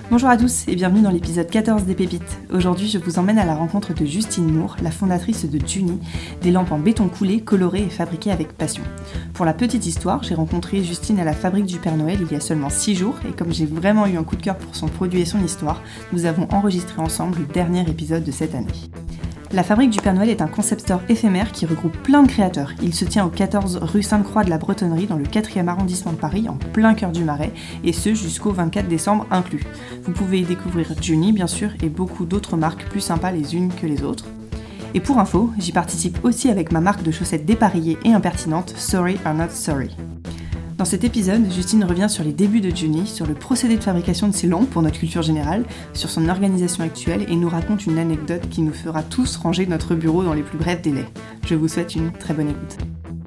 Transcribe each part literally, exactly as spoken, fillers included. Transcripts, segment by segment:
Bonjour à tous et bienvenue dans l'épisode quatorze des Pépites. Aujourd'hui, je vous emmène à la rencontre de Justine Moore, la fondatrice de Juni, des lampes en béton coulé, colorées et fabriquées avec passion. Pour la petite histoire, j'ai rencontré Justine à la fabrique du Père Noël il y a seulement six jours et comme j'ai vraiment eu un coup de cœur pour son produit et son histoire, nous avons enregistré ensemble le dernier épisode de cette année. La fabrique du Père Noël est un concept store éphémère qui regroupe plein de créateurs. Il se tient au quatorze rue Sainte-Croix de la Bretonnerie dans le quatrième arrondissement de Paris, en plein cœur du Marais, et ce jusqu'au vingt-quatre décembre inclus. Vous pouvez y découvrir Juni bien sûr et beaucoup d'autres marques plus sympas les unes que les autres. Et pour info, j'y participe aussi avec ma marque de chaussettes dépareillées et impertinentes, Sorry or Not Sorry. Dans cet épisode, Justine revient sur les débuts de Juni, sur le procédé de fabrication de ses lampes pour notre culture générale, sur son organisation actuelle et nous raconte une anecdote qui nous fera tous ranger notre bureau dans les plus brefs délais. Je vous souhaite une très bonne écoute.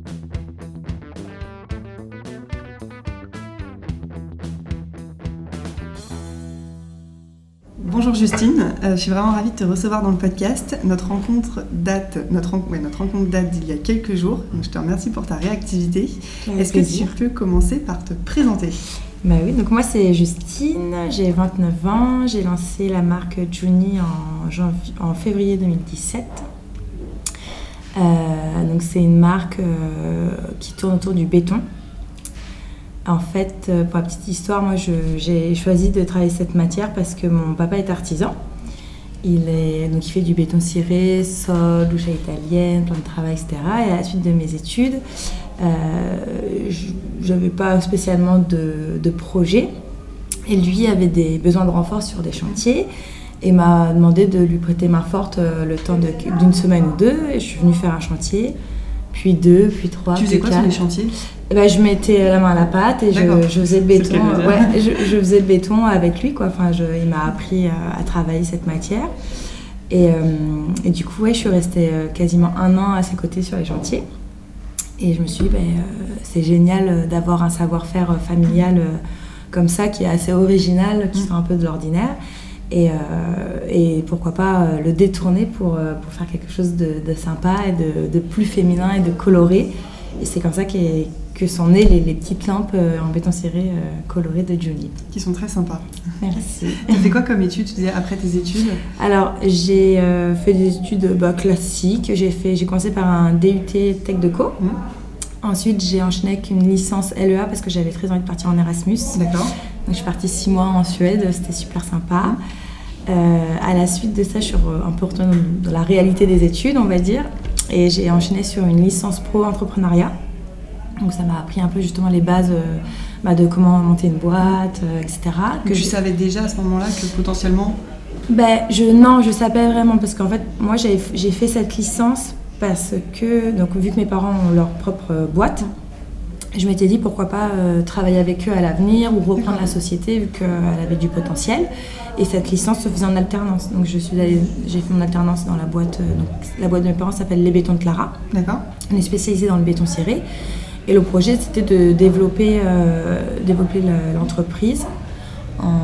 Bonjour Justine, euh, je suis vraiment ravie de te recevoir dans le podcast. Notre rencontre date, notre, ren- ouais, notre rencontre date d'il y a quelques jours, donc je te remercie pour ta réactivité. Avec Est-ce plaisir. que tu peux commencer par te présenter ? Bah oui, donc moi c'est Justine, j'ai vingt-neuf ans, j'ai lancé la marque Juni en, janvier, en février deux mille dix-sept. Euh, donc c'est une marque euh, qui tourne autour du béton. En fait, pour la petite histoire, moi je, j'ai choisi de travailler cette matière parce que mon papa est artisan. Il, est, donc il fait du béton ciré, sol, douche à italienne, plan de travail, et cetera. Et à la suite de mes études, euh, je n'avais pas spécialement de, de projet. Et lui avait des besoins de renfort sur des chantiers et m'a demandé de lui prêter main forte le temps de, d'une semaine ou deux. Et je suis venue faire un chantier, puis deux, puis trois, Tu puis faisais quoi quatre. sur les chantiers ? Eh ben, je mettais la main à la pâte et je, je faisais le béton. Ouais, je, je faisais le béton avec lui, quoi. Enfin, je, il m'a appris à, à travailler cette matière. Et, euh, et du coup, ouais, je suis restée quasiment un an à ses côtés sur les chantiers. Et je me suis dit, ben, euh, c'est génial d'avoir un savoir-faire familial euh, comme ça, qui est assez original, qui sort un peu de l'ordinaire. Et, euh, et pourquoi pas euh, le détourner pour, euh, pour faire quelque chose de, de sympa et de, de plus féminin et de coloré. Et c'est comme ça qu'est, que sont nées les, les petites lampes euh, en béton ciré euh, colorées de Juni. Qui sont très sympas. Merci. Tu as fait quoi comme études, tu disais, après tes études ? Alors, j'ai euh, fait des études bah, classiques. J'ai, fait, j'ai commencé par un D U T Tech Deco. Mmh. Ensuite, j'ai enchaîné avec une licence L E A parce que j'avais très envie de partir en Erasmus. D'accord. Donc, je suis partie six mois en Suède. C'était super sympa. Mmh. Euh, à la suite de ça, je suis un peu retournée dans la réalité des études, on va dire. Et j'ai enchaîné sur une licence pro entrepreneuriat. Donc ça m'a appris un peu justement les bases euh, bah, de comment monter une boîte, euh, et cetera. Que tu je... savais déjà à ce moment-là que potentiellement... Ben, je, non, je savais vraiment parce qu'en fait, moi j'ai, j'ai fait cette licence parce que, donc vu que mes parents ont leur propre boîte, je m'étais dit pourquoi pas euh, travailler avec eux à l'avenir ou reprendre D'accord. la société vu qu'elle avait du potentiel. Et cette licence se faisait en alternance. Donc je suis allée, j'ai fait mon alternance dans la boîte. Euh, donc la boîte de mes parents s'appelle Les Bétons de Clara. D'accord. On est spécialisé dans le béton ciré. Et le projet c'était de développer, euh, développer la, l'entreprise en,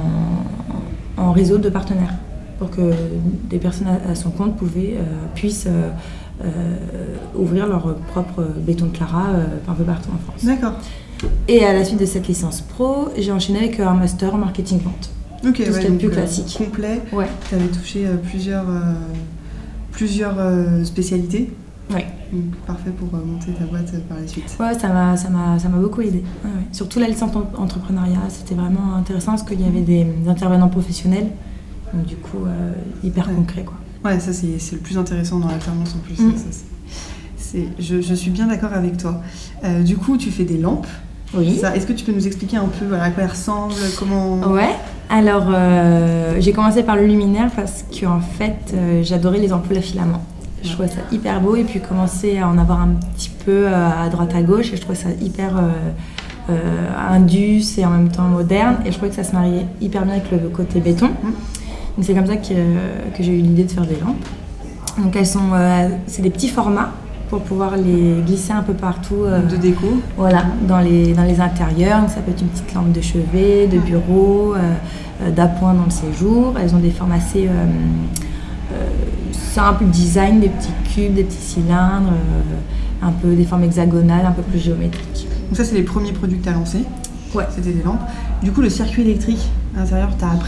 en réseau de partenaires pour que des personnes à, à son compte pouvaient, euh, puissent euh, euh, ouvrir leur propre béton de Clara euh, un peu partout en France. D'accord. Et à la suite de cette licence pro, j'ai enchaîné avec un master en marketing-vente. Ok, tout ouais, ce qui est le plus euh, classique. Complet. Ouais. Tu avais touché euh, plusieurs, euh, plusieurs euh, spécialités. Oui. Donc, parfait pour euh, monter ta boîte euh, par la suite. Ouais, ça m'a, ça m'a, ça m'a beaucoup aidé. Ouais, ouais. Surtout la licence en entrepreneuriat, c'était vraiment intéressant parce qu'il y avait des, des intervenants professionnels, donc du coup euh, hyper ouais. concret, quoi. Ouais, ça c'est, c'est le plus intéressant dans l'alternance en plus. Mm. Ça, c'est, c'est, je, je suis bien d'accord avec toi. Euh, du coup, tu fais des lampes. Oui. Ça, est-ce que tu peux nous expliquer un peu voilà, à quoi elles ressemblent, comment... Ouais, alors euh, j'ai commencé par le luminaire parce qu'en fait euh, j'adorais les ampoules à filaments. Je trouvais ça hyper beau et puis commencer à en avoir un petit peu euh, à droite à gauche et je trouvais ça hyper euh, euh, indus et en même temps moderne et je trouvais que ça se mariait hyper bien avec le côté béton. Donc c'est comme ça que, que j'ai eu l'idée de faire des lampes. Donc elles sont, euh, c'est des petits formats pour pouvoir les glisser un peu partout. Euh, de déco. Voilà, dans les, dans les intérieurs. Donc ça peut être une petite lampe de chevet, de bureau, euh, d'appoint dans le séjour. Elles ont des formes assez euh, euh, simples, design, des petits cubes, des petits cylindres, euh, un peu des formes hexagonales, un peu plus géométriques. Donc ça, c'est les premiers produits que tu as lancés. Ouais. C'était des lampes. Du coup, le circuit électrique à l'intérieur, tu as appris.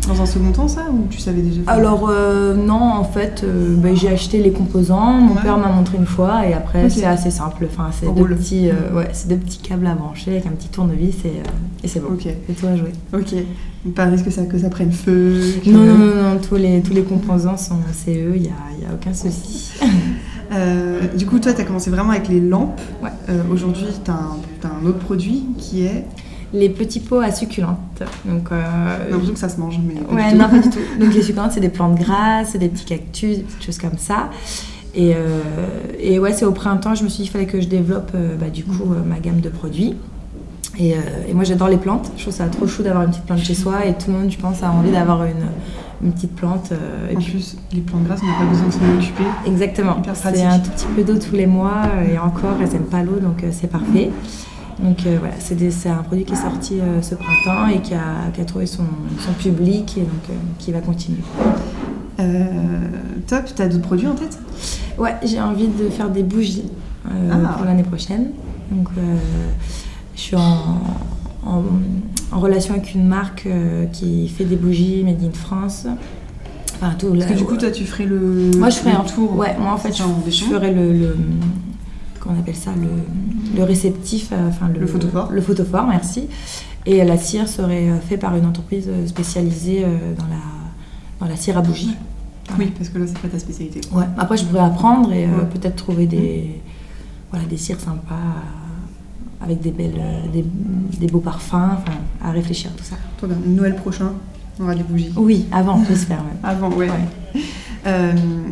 Dans un second temps, ça, ou tu savais déjà faire? Alors euh, non, en fait, euh, bah, j'ai acheté les composants. Mon Ouais. père m'a montré une fois et après Ok. c'est assez simple. Enfin, c'est deux Roule. petits, euh, ouais, c'est deux petits câbles à brancher avec un petit tournevis et, euh, et c'est bon. Ok, C'est tout à jouer. ok. Pas risque que ça, que ça prenne feu que- Non, non, non, non, tous les tous les composants sont c'est eux. Il y a, y a aucun souci. Euh, du coup, toi, tu as commencé vraiment avec les lampes. Ouais. Euh, Aujourd'hui, tu as, un autre produit qui est... Les petits pots à succulentes. Donc, euh, J'ai l'impression que ça se mange, mais pas ouais, du tout. non, pas du tout. Donc les succulentes, c'est des plantes grasses, c'est des petits cactus, des petites choses comme ça. Et, euh, et ouais, c'est au printemps, je me suis dit qu'il fallait que je développe euh, bah, du coup euh, ma gamme de produits. Et, euh, et moi, j'adore les plantes. Je trouve ça trop chou d'avoir une petite plante chez soi et tout le monde, je pense, a envie d'avoir une, une petite plante. euh, et En puis, plus, les plantes grasses, on n'a pas besoin de s'en occuper. exactement. hyper C'est pratique. un tout petit peu d'eau tous les mois euh, et encore, elles n'aiment pas l'eau, donc euh, c'est parfait. Donc euh, voilà, c'est, des- c'est un produit qui est sorti euh, ce printemps et qui a, qui a trouvé son, son public et donc euh, qui va continuer. Euh, top, tu as d'autres produits en tête? Ouais, j'ai envie de faire des bougies euh, Ah. pour l'année prochaine. Donc euh, je suis en, en, en relation avec une marque euh, qui fait des bougies made in France. Enfin, tout, Parce que là, du coup, ouais. toi, tu ferais le, Moi, je ferais le un tour. Ouais, moi en fait, C'est je, ça, en je décembre. ferais le, le comment on appelle ça, le, le réceptif, euh, enfin le, Le photophore. Le photophore, merci. Et la cire serait euh, faite par une entreprise euh, spécialisée euh, dans la dans la cire à bougie. Oui, parce que là, c'est pas ta spécialité. Ouais. Après, je pourrais apprendre et euh, Ouais. peut-être trouver des voilà des cires sympas euh, avec des belles euh, des, des beaux parfums, enfin à réfléchir tout ça. Trop bien. Noël prochain, on aura des bougies. Oui, avant, j'espère même. Avant, ouais. Ouais. Euh,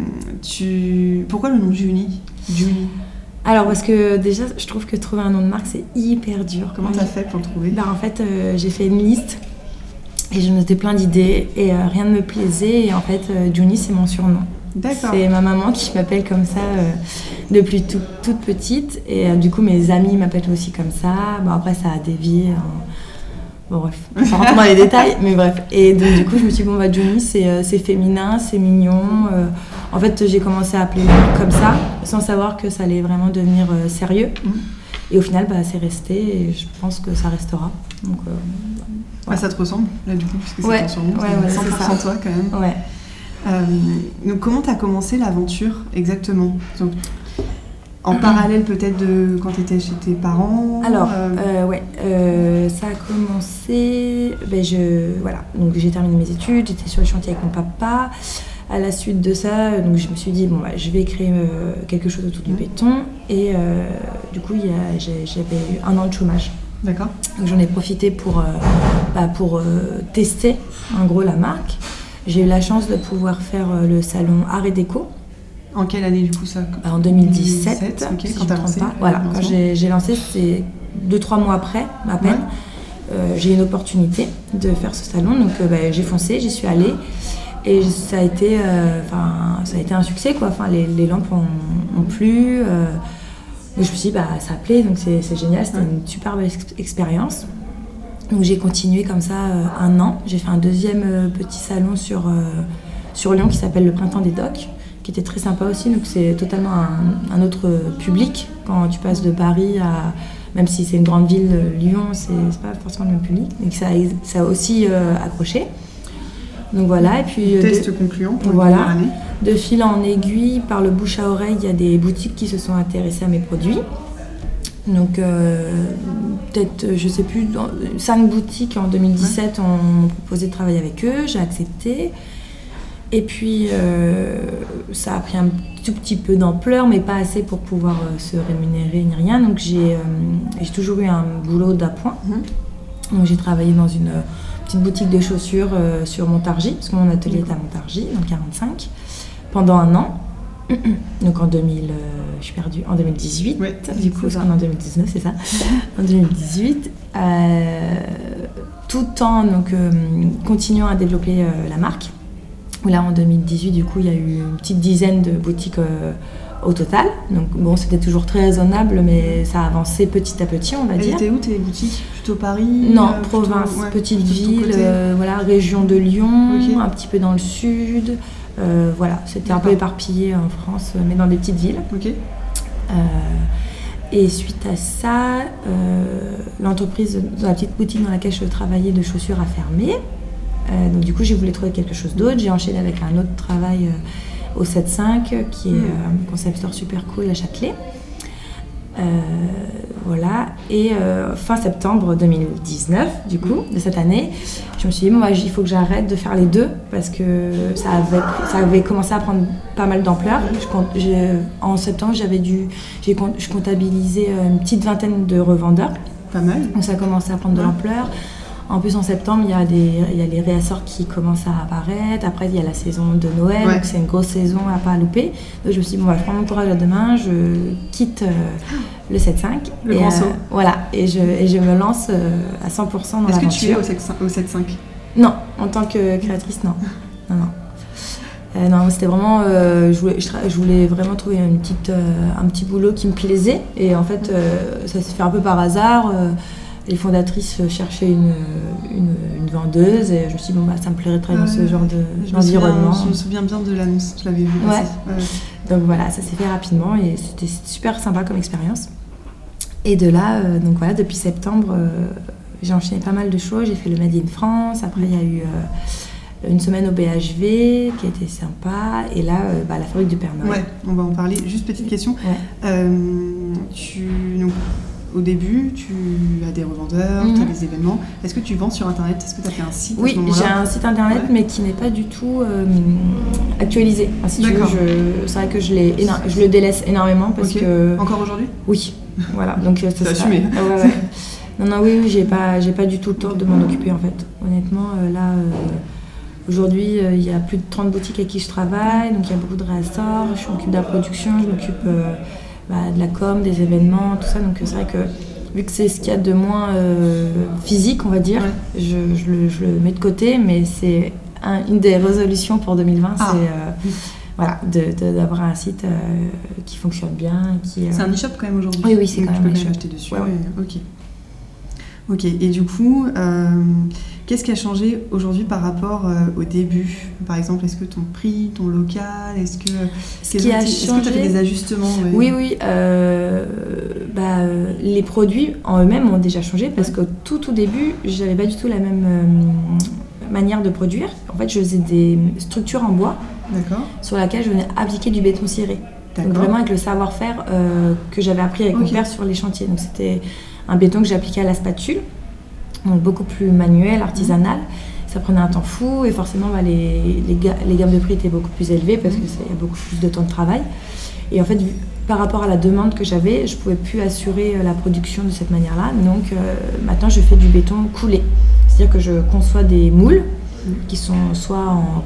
tu... Pourquoi le nom Juni? Juni. Alors parce que déjà, je trouve que trouver un nom de marque c'est hyper dur. Comment t'as fait pour le trouver? Ben, en fait, euh, j'ai fait une liste et j'ai noté plein d'idées et euh, rien ne me plaisait. Et en fait, euh, Juni, c'est mon surnom. D'accord. C'est ma maman qui m'appelle comme ça euh, depuis tout- toute petite. Et euh, du coup, mes amis m'appellent aussi comme ça. Bon, après, ça a dévié. hein. Bon, bref, on va pas rentrer dans les détails, mais bref. Et donc, du coup, je me suis dit, bon, bah, Juni, c'est, euh, c'est féminin, c'est mignon. euh. En fait, j'ai commencé à appeler les marques comme ça, sans savoir que ça allait vraiment devenir euh, sérieux. Mhm. Et au final, bah, c'est resté et je pense que ça restera. Donc, euh, Ah, ça te ressemble, là, du coup, puisque c'est Ouais, ton surnom, ouais, c'est ouais, c'est cent pour cent ça. toi, quand même. ouais. Euh, donc, comment t'as commencé l'aventure, exactement? Donc, en parallèle, peut-être, de quand t'étais chez tes parents? Alors, euh, euh, ouais, euh, ça a commencé. Ben je, voilà, donc j'ai terminé mes études, j'étais sur le chantier avec mon papa. À la suite de ça, donc je me suis dit, bon, bah, je vais créer euh, quelque chose autour du béton. Et euh, du coup, il y a- j'ai- j'avais eu un an de chômage. D'accord. Donc j'en ai profité pour, euh, bah, pour euh, tester en gros la marque. J'ai eu la chance de pouvoir faire euh, le salon Art et Déco En quelle année, du coup, ça? bah, en deux mille dix-sept. deux mille dix-sept, ok, si quand je me t'as trompe lancé pas. le Voilà, lancement. quand j'ai, j'ai lancé, c'est deux trois mois après, à peine. Ouais. Euh, j'ai eu une opportunité de faire ce salon, donc euh, bah, j'ai foncé, j'y suis allée. Et ça a été, euh, enfin, ça a été un succès, quoi. Enfin, les, les lampes ont, ont plu. Euh, donc je me suis dit, bah, ça plaît, donc c'est, c'est génial, c'était Ouais. une super belle ex- expérience. Donc j'ai continué comme ça euh, un an. J'ai fait un deuxième euh, petit salon sur, euh, sur Lyon qui s'appelle le Printemps des Docks, qui était très sympa aussi. Donc c'est totalement un, un autre public quand tu passes de Paris à... Même si c'est une grande ville, Lyon, c'est, c'est pas forcément le même public. Donc ça, a- ça a aussi euh, accroché. Donc voilà, et puis... euh, Test de- concluant pour Voilà. la première année. de fil en aiguille, par le bouche à oreille, il y a des boutiques qui se sont intéressées à mes produits. Donc, euh, peut-être, euh, je sais plus, dans- cinq boutiques en deux mille dix-sept ont proposé de travailler avec eux, j'ai accepté. Et puis, euh, ça a pris un tout petit peu d'ampleur, mais pas assez pour pouvoir euh, se rémunérer ni rien. Donc, j'ai, euh, j'ai toujours eu un boulot d'appoint. Mhm. Donc, j'ai travaillé dans une euh, petite boutique de chaussures euh, sur Montargis, parce que mon atelier est à Montargis, dans le quarante-cinq, pendant un an. Donc en deux mille, euh, je suis perdue, en deux mille dix-huit, Ouais, du coup, c'est parce qu'on est en deux mille dix-neuf, c'est ça. En deux mille dix-huit, euh, tout en donc, euh, continuant à développer euh, la marque. Où là, en deux mille dix-huit, du coup, il y a eu une petite dizaine de boutiques euh, au total. Donc bon, c'était toujours très raisonnable, mais ça a avancé petit à petit, on va Elles dire. étaient où tes boutiques? Plutôt Paris? Non, euh, plutôt- province, ouais, petite plutôt de ton ville, côté? euh, voilà, région de Lyon, Ok. un petit peu dans le sud. Euh, voilà, c'était un peu D'accord. éparpillé en France, mais dans des petites villes. Ok. Euh, et suite à ça, euh, l'entreprise, dans la petite boutique dans laquelle je travaillais de chaussures a fermé. Euh, donc du coup, j'ai voulu trouver quelque chose d'autre. J'ai enchaîné avec un autre travail euh, au sept cinq, qui est euh, un concept store super cool à Châtelet. Euh, voilà. Et euh, fin septembre deux mille dix-neuf, du coup, de cette année, je me suis dit, bon, bah, il faut que j'arrête de faire les deux parce que ça avait, ça avait commencé à prendre pas mal d'ampleur. Je compte, j'ai, en septembre, j'avais dû, j'ai, je comptabilisais une petite vingtaine de revendeurs. Pas mal. Donc ça a commencé à prendre de l'ampleur. En plus, en septembre, il y a, des, il y a les réassorts qui commencent à apparaître. Après, il y a la saison de Noël, ouais. Donc c'est une grosse saison à pas louper. Donc je me suis dit, bon, bah, je prends mon courage à deux mains, je quitte euh, le sept cinq. Le et, grand saut. Euh, voilà, et je, et je me lance euh, à cent pour cent dans l'aventure. Est-ce que tu es au sept cinq? Non, en tant que créatrice, non. non, non. Euh, non, c'était vraiment, euh, je, voulais, je, je voulais vraiment trouver une petite, euh, un petit boulot qui me plaisait. Et en fait, euh, ça s'est fait un peu par hasard. Euh, les fondatrices cherchaient une, une, une vendeuse et je me suis dit, bon, bah, ça me plairait de travailler dans ce genre de, d'environnement. Je me souviens bien de l'annonce, je l'avais vue ouais. aussi. Ouais. Donc voilà, ça s'est fait rapidement et c'était super sympa comme expérience. Et de là, euh, donc voilà, depuis septembre, euh, j'ai enchaîné pas mal de choses. J'ai fait le Made in France, après il y a eu... Euh, une semaine au B H V qui était sympa, et là euh, bah, la fabrique du Père Noël. Ouais, on va en parler. Juste petite question. Ouais. Euh, tu, donc, au début, tu as des revendeurs, mm-hmm. tu as des événements. Est-ce que tu vends sur Internet? Est-ce que tu as fait un site? Oui, j'ai un site Internet, ouais. Mais qui n'est pas du tout euh, actualisé. Enfin, si tu veux, je, c'est vrai que je, l'ai, je le délaisse énormément parce okay. que... Encore aujourd'hui? Oui, voilà. Donc ça c'est sera... assumé. Ah, ouais, ouais. Non, non, oui, oui, j'ai pas, j'ai pas du tout le temps de m'en occuper en fait. Honnêtement, euh, là... Euh, Aujourd'hui, euh, il y a plus de trente boutiques avec qui je travaille, donc il y a beaucoup de réassorts, je m'occupe de la production, je m'occupe euh, bah, de la com, des événements, tout ça. Donc c'est vrai que vu que c'est ce qu'il y a de moins euh, physique, on va dire, ouais. je, je, le, je le mets de côté, mais c'est un, une des résolutions pour deux mille vingt, ah. c'est euh, voilà, de, de, d'avoir un site euh, qui fonctionne bien. Qui, euh... C'est un e-shop quand même aujourd'hui? Oui, oui, c'est donc quand tu même peux un e-shop. acheter dessus. Ouais, ouais. Et... Ok. Ok, et du coup, euh, qu'est-ce qui a changé aujourd'hui par rapport euh, au début? Par exemple, est-ce que ton prix, ton local, est-ce que Ce qui a changé... est-ce que tu as fait des ajustements? Ouais. Oui, oui. Euh, bah, euh, les produits en eux-mêmes ont déjà changé parce ouais. que tout, tout début, j'avais pas du tout la même euh, manière de produire. En fait, je faisais des structures en bois D'accord. sur laquelle je venais appliquer du béton ciré. Donc vraiment avec le savoir-faire euh, que j'avais appris avec okay. mon père sur les chantiers. Donc c'était un béton que j'appliquais à la spatule, donc beaucoup plus manuel, artisanal. Mmh. Ça prenait un temps fou et forcément bah, les, les, ga- les gammes de prix étaient beaucoup plus élevées parce qu'il y a beaucoup plus de temps de travail. Et en fait, vu, par rapport à la demande que j'avais, je ne pouvais plus assurer la production de cette manière-là. Donc euh, maintenant, je fais du béton coulé. C'est-à-dire que je conçois des moules mmh. qui sont soit en,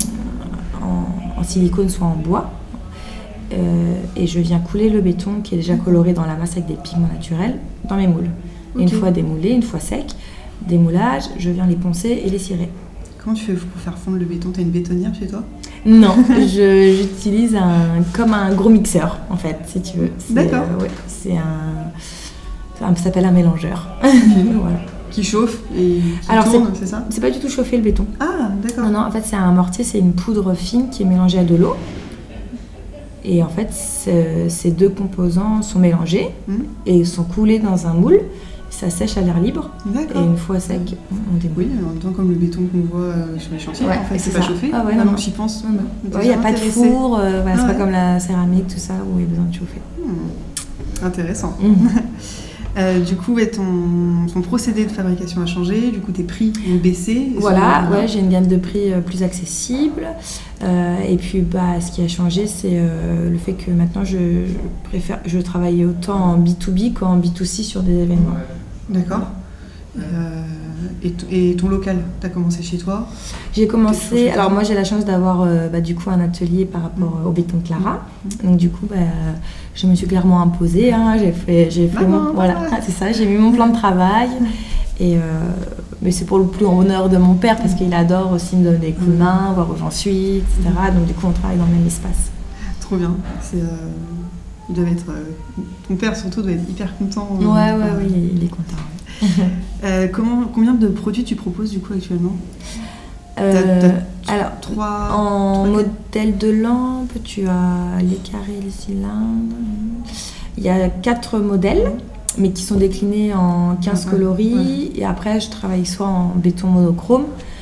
en, en silicone, soit en bois. Euh, et je viens couler le béton qui est déjà coloré dans la masse avec des pigments naturels dans mes moules. Okay. Une fois démoulé, une fois sec, démoulage, je viens les poncer et les cirer. Comment tu fais pour faire fondre le béton? Tu as une bétonnière chez toi? Non, je, j'utilise un, comme un gros mixeur en fait, si tu veux. C'est, D'accord. Euh, ouais, c'est un, ça s'appelle un mélangeur. Okay. Voilà. Qui chauffe et qui Alors tourne, c'est, c'est ça? C'est pas du tout chauffer le béton. Ah, d'accord. Non, non, en fait c'est un mortier, c'est une poudre fine qui est mélangée à de l'eau. Et en fait, ces deux composants sont mélangés mmh. et sont coulés dans un moule. Ça sèche à l'air libre. D'accord. Et une fois sec, on démoule. Oui, en même temps comme le béton qu'on voit sur les chantiers, ouais, en fait, c'est, c'est pas chauffé. Ah ouais, non, non, non, j'y pense. Il n'y a pas de four, euh, voilà, ah, c'est ouais. pas comme la céramique, tout ça, où il y a besoin de chauffer. Mmh. Intéressant. Mmh. Euh, du coup, ouais, ton, ton procédé de fabrication a changé, du coup tes prix ont baissé. Voilà, ouais, j'ai une gamme de prix euh, plus accessible. Euh, et puis bah, ce qui a changé, c'est euh, le fait que maintenant je, je préfère, je travaille autant en B deux B qu'en B deux C sur des événements. D'accord. Euh, et, t- et ton local, tu as commencé chez toi? J'ai commencé, alors moi j'ai la chance d'avoir euh, bah, du coup un atelier par rapport mmh. au béton Clara. Mmh. Donc du coup, bah, je me suis clairement imposée. Hein, j'ai fait, j'ai fait mon, voilà, c'est ça, j'ai mis mon plan de travail. Et, euh, mais c'est pour le plus honneur de mon père parce qu'il adore aussi me donner des coups de main, voir où j'en suis, et cetera. Donc du coup, on travaille dans le même espace. Trop bien. C'est, euh, il doit être, euh, ton père surtout doit être hyper content. Euh, ouais, ouais, euh, oui, il est content. euh, comment, combien de produits tu proposes du coup actuellement? euh, t'as, t'as Alors, trois, en trois... modèle de lampe, tu as les carrés, les cylindres. Il y a quatre modèles, mais qui sont déclinés en quinze ouais, coloris. Ouais. Et après, je travaille soit en béton monochrome, soit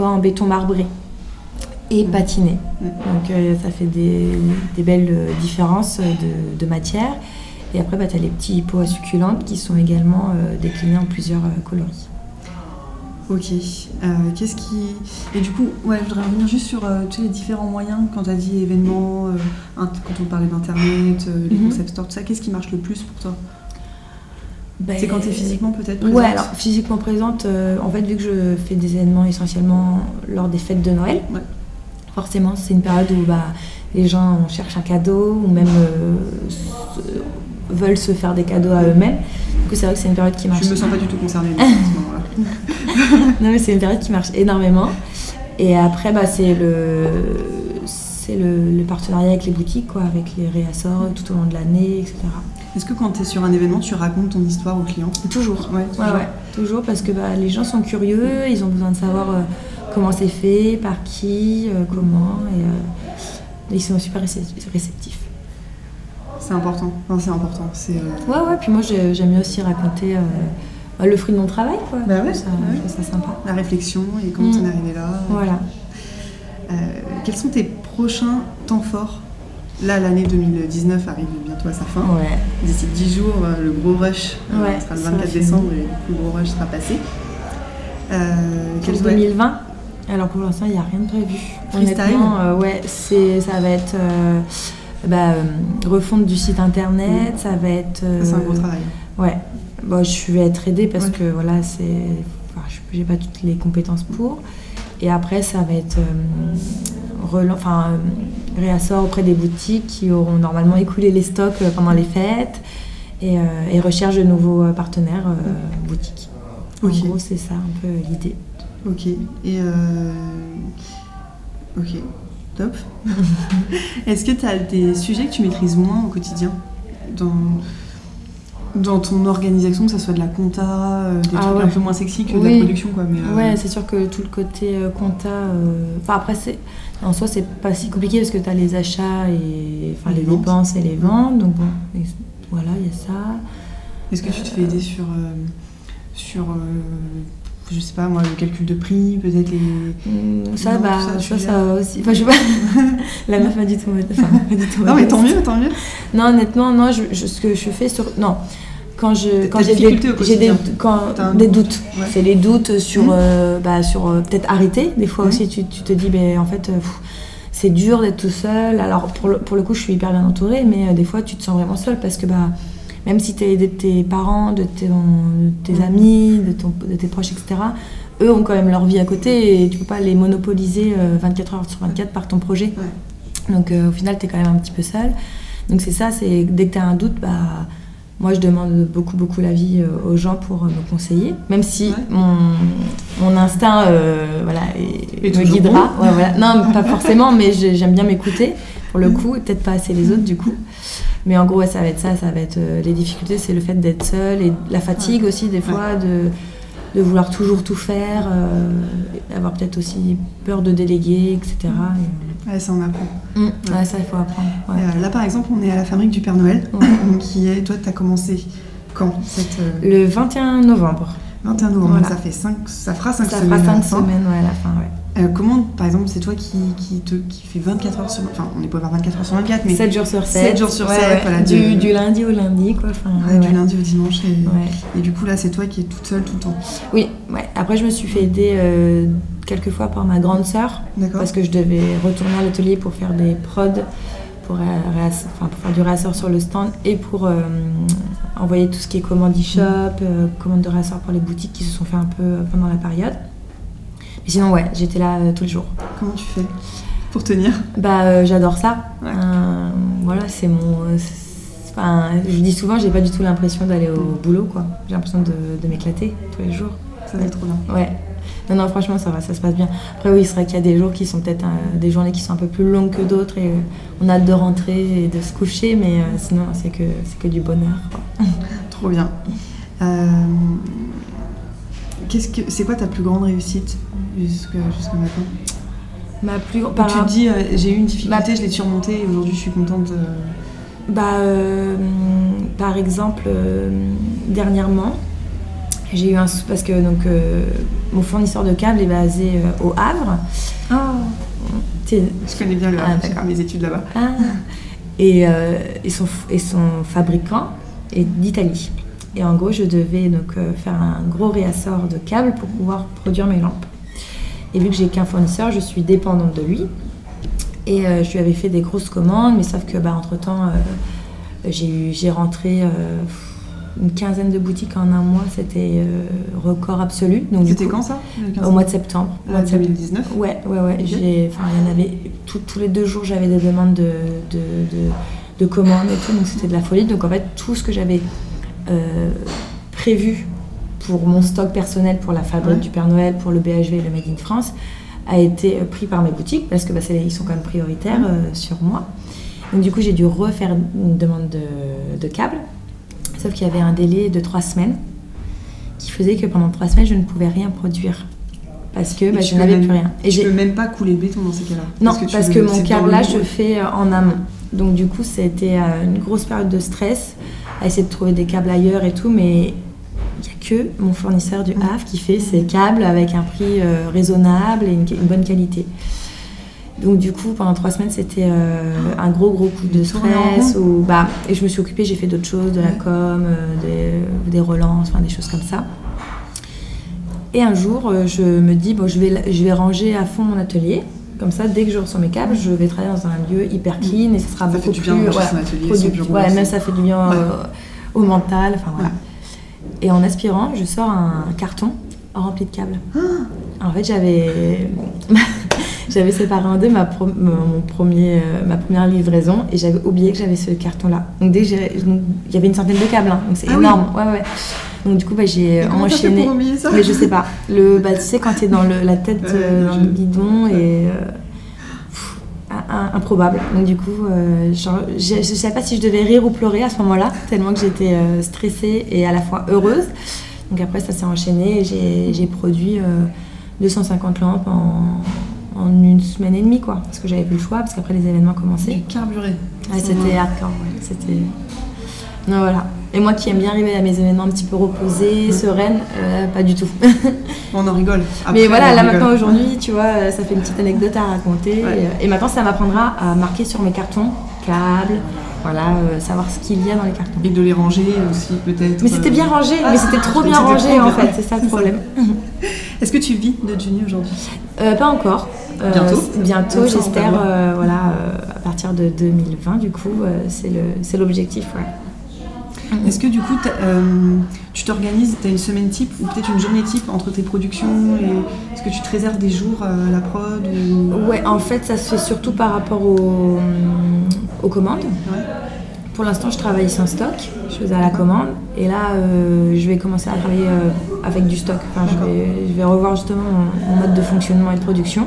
soit en béton marbré et patiné. Mmh. Donc euh, ça fait des, des belles différences de, de matière. Et après, bah, tu as les petits pots à succulentes qui sont également euh, déclinés en plusieurs euh, coloris. Ok. Euh, qu'est-ce qui... Et du coup, ouais, je voudrais revenir juste sur euh, tu sais, les différents moyens. Quand tu as dit événements, euh, int- quand on parlait d'Internet, euh, les Mhm. concept stores, tout ça, qu'est-ce qui marche le plus pour toi? Ben, C'est quand tu es physiquement peut-être présente? Ouais, alors physiquement présente, euh, en fait, vu que je fais des événements essentiellement lors des fêtes de Noël, Ouais. forcément, c'est une période où bah, les gens cherchent un cadeau ou même euh, se- veulent se faire des cadeaux à eux-mêmes. Du coup, c'est vrai que c'est une période qui marche. Je me sens pas du tout concernée à ce moment-là. Non, mais c'est une période qui marche énormément. Et après, bah, c'est le, c'est le, le partenariat avec les boutiques, quoi, avec les réassorts tout au long de l'année, et cetera. Est-ce que quand tu es sur un événement, tu racontes ton histoire aux clients? Toujours. Ouais, Ouais, toujours. ouais, toujours parce que bah, les gens sont curieux, ils ont besoin de savoir euh, comment c'est fait, par qui, euh, comment, et euh, ils sont super récep- réceptifs. C'est important. Enfin, c'est important. C'est, euh, Ouais, ouais, puis moi j'ai- j'aime bien aussi raconter euh, le fruit de mon travail, quoi. Bah ouais, ça, bah ouais. je trouve ça sympa. la réflexion et comment Mm. t'en es arrivé là. Voilà. Euh, quels sont tes prochains temps forts? Là, l'année deux mille dix-neuf arrive bientôt à sa fin. Ouais. D'ici dix jours, euh, le gros rush euh, Ouais, sera le ça vingt-quatre va décembre et le gros rush sera passé. Euh, Pour quels- deux mille vingt, alors pour l'instant il n'y a rien de prévu. Freestyle. Honnêtement, euh, ouais, c'est, ça va être euh, bah, euh, refonte du site internet, Mm. ça va être. euh, Ça, c'est un gros travail. Ouais, bon, je vais être aidée parce Ouais. que voilà, c'est, enfin, je n'ai pas toutes les compétences pour. Et après, ça va être euh, relan- enfin, euh, réassort auprès des boutiques qui auront normalement écoulé les stocks euh, pendant les fêtes et, euh, et recherche de nouveaux euh, partenaires euh, boutiques. En Ok. gros, c'est ça un peu l'idée. Ok. Et euh... Ok. Top. Est-ce que tu as des sujets que tu maîtrises moins au quotidien dans, dans ton organisation, que ce soit de la compta, euh, des Ah trucs ouais. un peu moins sexy que de Oui. la production, quoi. Mais, euh, Ouais, c'est sûr que tout le côté euh, compta. euh, Enfin, après, c'est... en soi, c'est pas si compliqué parce que tu as les achats et enfin, Et les les ventes. dépenses et les ventes. Donc, bon, et voilà, il y a ça. Est-ce que tu te fais aider sur, euh, sur euh, je sais pas moi, le calcul de prix, peut-être les... Hum, Ça, Non, bah, tout ça, tu ça, gères. ça aussi. Enfin, je sais pas. La meuf m'a dit tout. Enfin, pas du tout. Non mais tant mieux, tant mieux. Non, honnêtement, non, je, je- ce que je fais sur. Non. Quand je, quand Tes j'ai difficultés au des, j'ai des, quotidien. quand, T'as un des doute. doutes, Ouais. c'est les doutes sur, Mmh. euh, bah, sur euh, peut-être arrêter. Des fois Mmh. aussi, tu, tu te dis, ben, en fait, euh, pff, c'est dur d'être tout seul. Alors, pour le, pour le coup, je suis hyper bien entourée, mais euh, des fois, tu te sens vraiment seule parce que, bah, même si tu es aidée de tes parents, de tes, de tes Mmh. amis, de, ton, de tes proches, et cetera, eux ont quand même leur vie à côté et tu peux pas les monopoliser euh, vingt-quatre heures sur vingt-quatre par ton projet. Ouais. Donc, euh, au final, tu es quand même un petit peu seule. Donc, c'est ça, c'est dès que tu as un doute, bah. Moi, je demande beaucoup, beaucoup l'avis euh, aux gens pour euh, me conseiller, même si Ouais. mon, mon instinct euh, voilà, est- Et me toujours guidera. bon. Ouais, voilà. Non, pas forcément, mais j'ai- j'aime bien m'écouter, pour le coup, et peut-être pas assez les autres, du coup. Mais en gros, ouais, ça va être ça, ça va être euh, les difficultés, c'est le fait d'être seule, et la fatigue Ouais. aussi, des fois, de, de vouloir toujours tout faire, euh, avoir peut-être aussi peur de déléguer, et cetera. Et, Ouais, ça on apprend. euh, hum, ouais, ça, il faut apprendre. Ouais. Et, euh, là par exemple, on est à la fabrique du Père Noël, Ouais. qui est, toi tu as commencé quand cette, euh, Le vingt et un novembre. vingt et un novembre, Voilà. ça fait cinq, ça fera cinq Ça semaines. fera à la cinq fin. semaines, ouais, à la fin, ouais. Euh, comment, par exemple, c'est toi qui, qui, te, qui fait vingt-quatre heures sur... Enfin, on n'est pas vers vingt-quatre heures sur vingt-quatre, mais sept jours sur sept. sept jours sur Ouais, sept, ouais. voilà, Du, de- du lundi au lundi, quoi. Enfin, ouais, ouais, du ouais. lundi au dimanche. Et, Ouais. et du coup, là, c'est toi qui es toute seule tout le temps. Oui, ouais. Après, je me suis fait aider euh, quelques fois par ma grande sœur D'accord. parce que je devais retourner à l'atelier pour faire des prods, pour, euh, réass- enfin, pour faire du réassort sur le stand et pour euh, envoyer tout ce qui est commande e-shop, euh, commande de réassort pour les boutiques qui se sont fait un peu euh, pendant la période. Mais sinon, ouais, j'étais là euh, tous les jours. Comment tu fais pour tenir? Bah, euh, j'adore ça. Ouais. Euh, voilà, c'est mon. euh, c'est- Enfin, je dis souvent, j'ai pas du tout l'impression d'aller au boulot, quoi. J'ai l'impression de, de m'éclater tous les jours. Ça va être trop bien. Ouais. Non, non, franchement, ça va, ça se passe bien. Après, oui, c'est vrai qu'il y a des jours qui sont peut-être euh, des journées qui sont un peu plus longues que d'autres et euh, on a hâte de rentrer et de se coucher, mais euh, sinon, c'est que, c'est que du bonheur, quoi. Trop bien. Euh, qu'est-ce que, c'est quoi ta plus grande réussite jusqu'à, jusqu'à maintenant? Ma plus. Où Par tu te dis, euh, j'ai eu une difficulté, Ma- je l'ai surmontée et aujourd'hui je suis contente. de- Bah, euh, par exemple, euh, dernièrement, J'ai eu un sou- parce que donc euh, mon fournisseur de câbles est basé euh, au Havre. Oh. T'es- Je connais bien le Ah, Havre, j'ai d'accord. fait mes études là-bas. Ah. Et, euh, et, son, et son fabricant est d'Italie. Et en gros, je devais donc euh, faire un gros réassort de câbles pour pouvoir produire mes lampes. Et vu que j'ai qu'un fournisseur, je suis dépendante de lui. Et euh, je lui avais fait des grosses commandes, mais sauf que bah, entre-temps, euh, j'ai, eu, j'ai rentré euh, une quinzaine de boutiques en un mois. C'était euh, record absolu. Donc, du C'était coup, quand ça le quinze au mois de septembre. Au mois Euh, de septembre. deux mille dix-neuf. Ouais, ouais, ouais. Ok. J'ai, enfin, il y en avait tout- tous les deux jours, j'avais des demandes de, de, de, de commandes et tout, donc c'était de la folie. Donc en fait, tout ce que j'avais euh, prévu pour mon stock personnel, pour la fabrique Ouais. du Père Noël, pour le B H V et le Made in France, a été euh, pris par mes boutiques parce que bah, c'est, ils sont quand même prioritaires Ouais. euh, sur moi. Donc du coup, j'ai dû refaire une demande de, de câble, sauf qu'il y avait un délai de trois semaines qui faisait que pendant trois semaines, je ne pouvais rien produire. Parce que Et bah, tu je peux n'avais même- plus rien. Et Tu j'ai... peux même pas couler le béton dans ces cas-là. Non, tu parce le- que mon c'est dans câblage, le- je fais euh, en amont. Donc du coup, ça a été euh, une grosse période de stress à essayer de trouver des câbles ailleurs et tout, mais il n'y a que mon fournisseur du Mm. Havre qui fait ces câbles avec un prix euh, raisonnable et une, une bonne qualité. Donc du coup, pendant trois semaines, c'était euh, un gros gros coup de Tourner en stress. Où, bah, et je me suis occupée, j'ai fait d'autres choses, de la Ouais. com, euh, des, des relances, enfin, des choses comme ça. Et un jour, euh, je me dis, bon, je vais, je vais ranger à fond mon atelier. Comme ça, dès que je reçois mes câbles, je vais travailler dans un lieu hyper clean et ce sera Ça beaucoup fait du bien plus de ranger voilà, son atelier, son productif. bureau Ouais, aussi. même ça fait du bien Ouais. euh, au mental. Enfin, voilà. Ouais. Et en aspirant, je sors un carton rempli de câbles. En fait, j'avais, j'avais séparé en deux ma, pro- mon premier, euh, ma première livraison et j'avais oublié que j'avais ce carton-là. Donc, dès que j'ai, donc, il y avait une centaine de câbles, hein, donc c'est Ah oui. énorme. Ouais, ouais. Donc, du coup, bah, j'ai Et comment t'as fait enchaîné. pour oublier ça? Mais je sais pas. Le, bah, tu sais, quand t'es dans le, la tête Ouais, euh, dans je- le guidon et. euh, pff, un- un- improbable. Donc, du coup, euh, genre, je ne savais pas si je devais rire ou pleurer à ce moment-là, tellement que j'étais euh, stressée et à la fois heureuse. Donc, après, ça s'est enchaîné et j'ai, j'ai produit euh, deux cent cinquante lampes en, en une semaine et demie, quoi. Parce que j'avais plus le choix, parce qu'après, les événements commençaient. Du carburé. Ah, c'était hardcore, ouais. C'était. Non, voilà. Et moi qui aime bien arriver à mes événements un petit peu reposée, Mm. sereine, euh, pas du tout. On en rigole. Après, Mais voilà, on là rigole. maintenant aujourd'hui, tu vois, euh, ça fait une petite anecdote à raconter. Ouais. Et, et maintenant, ça m'apprendra à marquer sur mes cartons, câbles, voilà, euh, savoir ce qu'il y a dans les cartons. Et de les ranger aussi, peut-être. Mais c'était bien rangé, Ah, mais c'était trop mais bien c'était rangé trop en bien. fait, c'est ça le C'est ça. problème. Est-ce que tu vis de Juni aujourd'hui? Euh, pas encore. Euh, Bientôt. c- Bientôt, Comme ça, on j'espère, peut voir. euh, voilà, euh, à partir de deux mille vingt, du coup, euh, c'est, le, c'est l'objectif, ouais. Est-ce que du coup, t'as, euh, tu t'organises, tu as une semaine type ou peut-être une journée type entre tes productions et... Est-ce que tu te réserves des jours euh, à la prod ou... Ouais, en fait, ça se fait surtout par rapport aux, aux commandes. Ouais. Pour l'instant, je travaille sans stock, je faisais à la commande. Et là, euh, je vais commencer à travailler euh, avec du stock. Enfin, je, vais, je vais revoir justement mon, mon mode de fonctionnement et de production.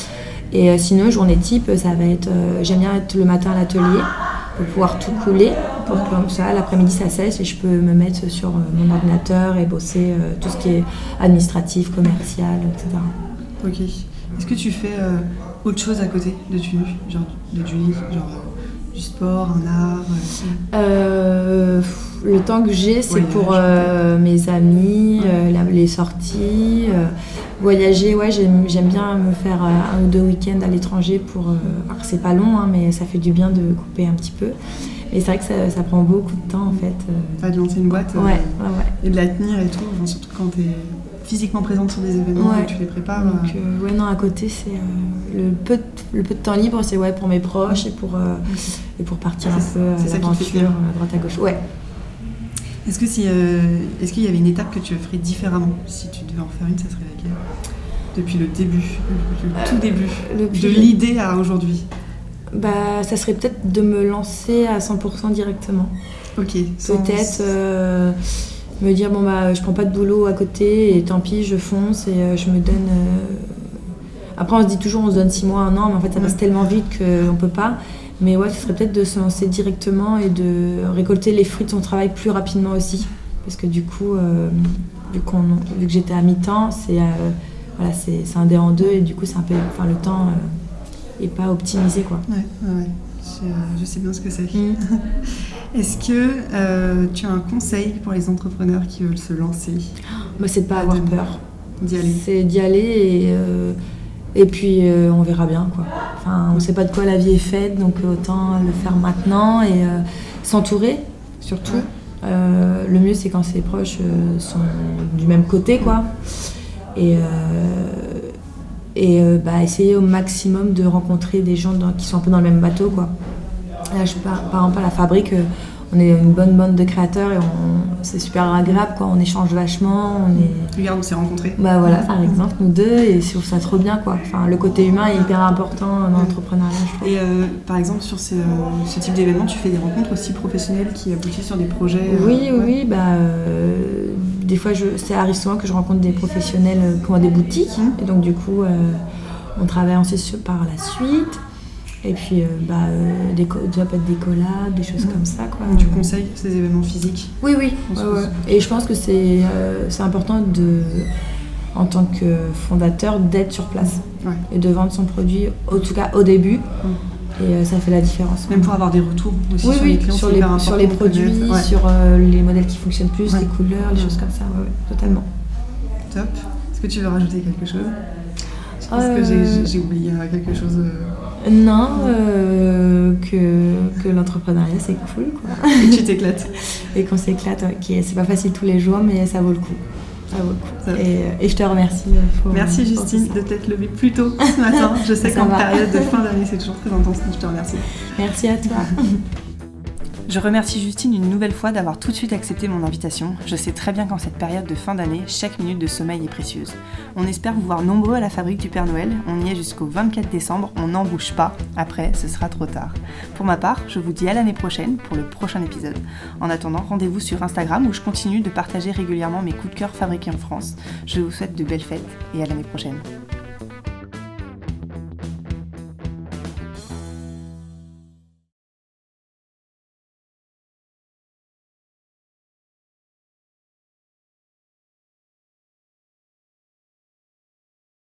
Et euh, sinon, journée type, ça va être... euh, j'aime bien être le matin à l'atelier pour pouvoir tout couler. Pour que ça, l'après-midi, ça sèche et je peux me mettre sur euh, mon ordinateur et bosser euh, tout ce qui est administratif, commercial, et cetera. Ok. Est-ce que tu fais euh, autre chose à côté de Juni? Genre de Juni, genre euh, du sport, un art euh, Euh, le temps que j'ai, c'est Voyage, pour euh, mes amis, euh, la- les sorties, euh, voyager. Ouais, j'aime, j'aime bien me faire euh, un ou deux week-ends à l'étranger pour. euh, alors c'est pas long, hein, mais ça fait du bien de couper un petit peu. Et c'est vrai que ça, ça prend beaucoup de temps en fait. euh. Enfin, de lancer une boîte euh, Ouais, ouais, ouais. et de la tenir et tout, enfin, surtout quand tu es physiquement présente sur des événements Ouais. et que tu les prépares. Donc euh, euh, ouais, non, à côté, c'est euh, le peu de, le peu de temps libre, c'est ouais pour mes proches et pour euh, et pour partir un C'est- peu à c'est ça qui te fait l'aventure tenir. à droite à gauche. Ouais. Est-ce que si, euh, est-ce qu'il y avait une étape que tu ferais différemment? Si tu devais en faire une, ça serait laquelle? Depuis le début, le tout début, Depuis de le- l'idée à aujourd'hui. Bah, ça serait peut-être de me lancer à cent pour cent directement. Ok. sans- Peut-être euh, me dire, bon, bah, je prends pas de boulot à côté et tant pis, je fonce et euh, je me donne. euh, Après, on se dit toujours, on se donne six mois, un an, mais en fait, ça passe Ouais. tellement vite qu'on peut pas. Mais ouais, ce serait peut-être de se lancer directement et de récolter les fruits de son travail plus rapidement aussi. Parce que du coup, euh, vu, qu'on, vu que j'étais à mi-temps, c'est, euh, voilà, c'est, c'est un dé en deux et du coup, c'est un peu, enfin, le temps euh, est pas optimisé, quoi. Ouais, ouais, ouais. Je, je sais bien ce que c'est. Mmh. Est-ce que euh, tu as un conseil pour les entrepreneurs qui veulent se lancer? Bah, c'est de pas avoir peur. D'y aller. C'est d'y aller et, euh, et puis euh, on verra bien, quoi. Enfin, on ne sait pas de quoi la vie est faite, donc autant le faire maintenant et euh, s'entourer surtout. Ouais. Euh, le mieux c'est quand ses proches euh, sont du même côté, quoi. Et, euh, et euh, bah, essayer au maximum de rencontrer des gens dans, qui sont un peu dans le même bateau, quoi. Là, je par, par exemple à la fabrique, euh, on est une bonne bande de créateurs et on, c'est super agréable, quoi. On échange vachement. On est... Regarde, on s'est rencontrés. Bah voilà, par exemple, nous deux, et je trouve ça trop bien, quoi. Enfin, le côté humain est hyper important dans l'entrepreneuriat, je trouve. Et euh, par exemple, sur ce, ce type d'événement, tu fais des rencontres aussi professionnelles qui aboutissent sur des projets? Oui, euh, oui, ouais. bah, euh, des fois, je, ça arrive souvent que je rencontre des professionnels qui ont des boutiques. Mmh. Et donc, du coup, euh, on travaille ensuite par la suite. Et puis, euh, bah, euh, des, ça peut être des collabs, des choses mmh. comme ça, quoi. Tu conseilles ces événements physiques? Oui, oui. Ouais, ouais. Et je pense que c'est, euh, c'est important, de, en tant que fondateur, d'être sur place. Ouais. Et de vendre son produit, en tout cas au début. Mmh. Et euh, ça fait la différence. Même pour avoir des retours aussi oui, sur oui, les clients, sur les, sur les produits, ouais. sur euh, les modèles qui fonctionnent plus, ouais. les couleurs, les ouais. choses comme ça. Ouais, ouais, totalement. Top. Est-ce que tu veux rajouter quelque chose? Je pense euh... que j'ai, j'ai oublié quelque chose. Euh... Non, euh, que, que l'entrepreneuriat c'est cool, quoi. Et que tu t'éclates. Et qu'on s'éclate, ouais. C'est pas facile tous les jours, mais ça vaut le coup. Ça vaut le coup. Et, et je te remercie. Pour, Merci Justine de t'être levée plus tôt ce matin. Je sais qu'en va. période de fin d'année c'est toujours très intense, donc je te remercie. Merci à toi. Je remercie Justine une nouvelle fois d'avoir tout de suite accepté mon invitation. Je sais très bien qu'en cette période de fin d'année, chaque minute de sommeil est précieuse. On espère vous voir nombreux à la fabrique du Père Noël. On y est jusqu'au vingt-quatre décembre, on n'en bouge pas. Après, ce sera trop tard. Pour ma part, je vous dis à l'année prochaine pour le prochain épisode. En attendant, rendez-vous sur Instagram où je continue de partager régulièrement mes coups de cœur fabriqués en France. Je vous souhaite de belles fêtes et à l'année prochaine.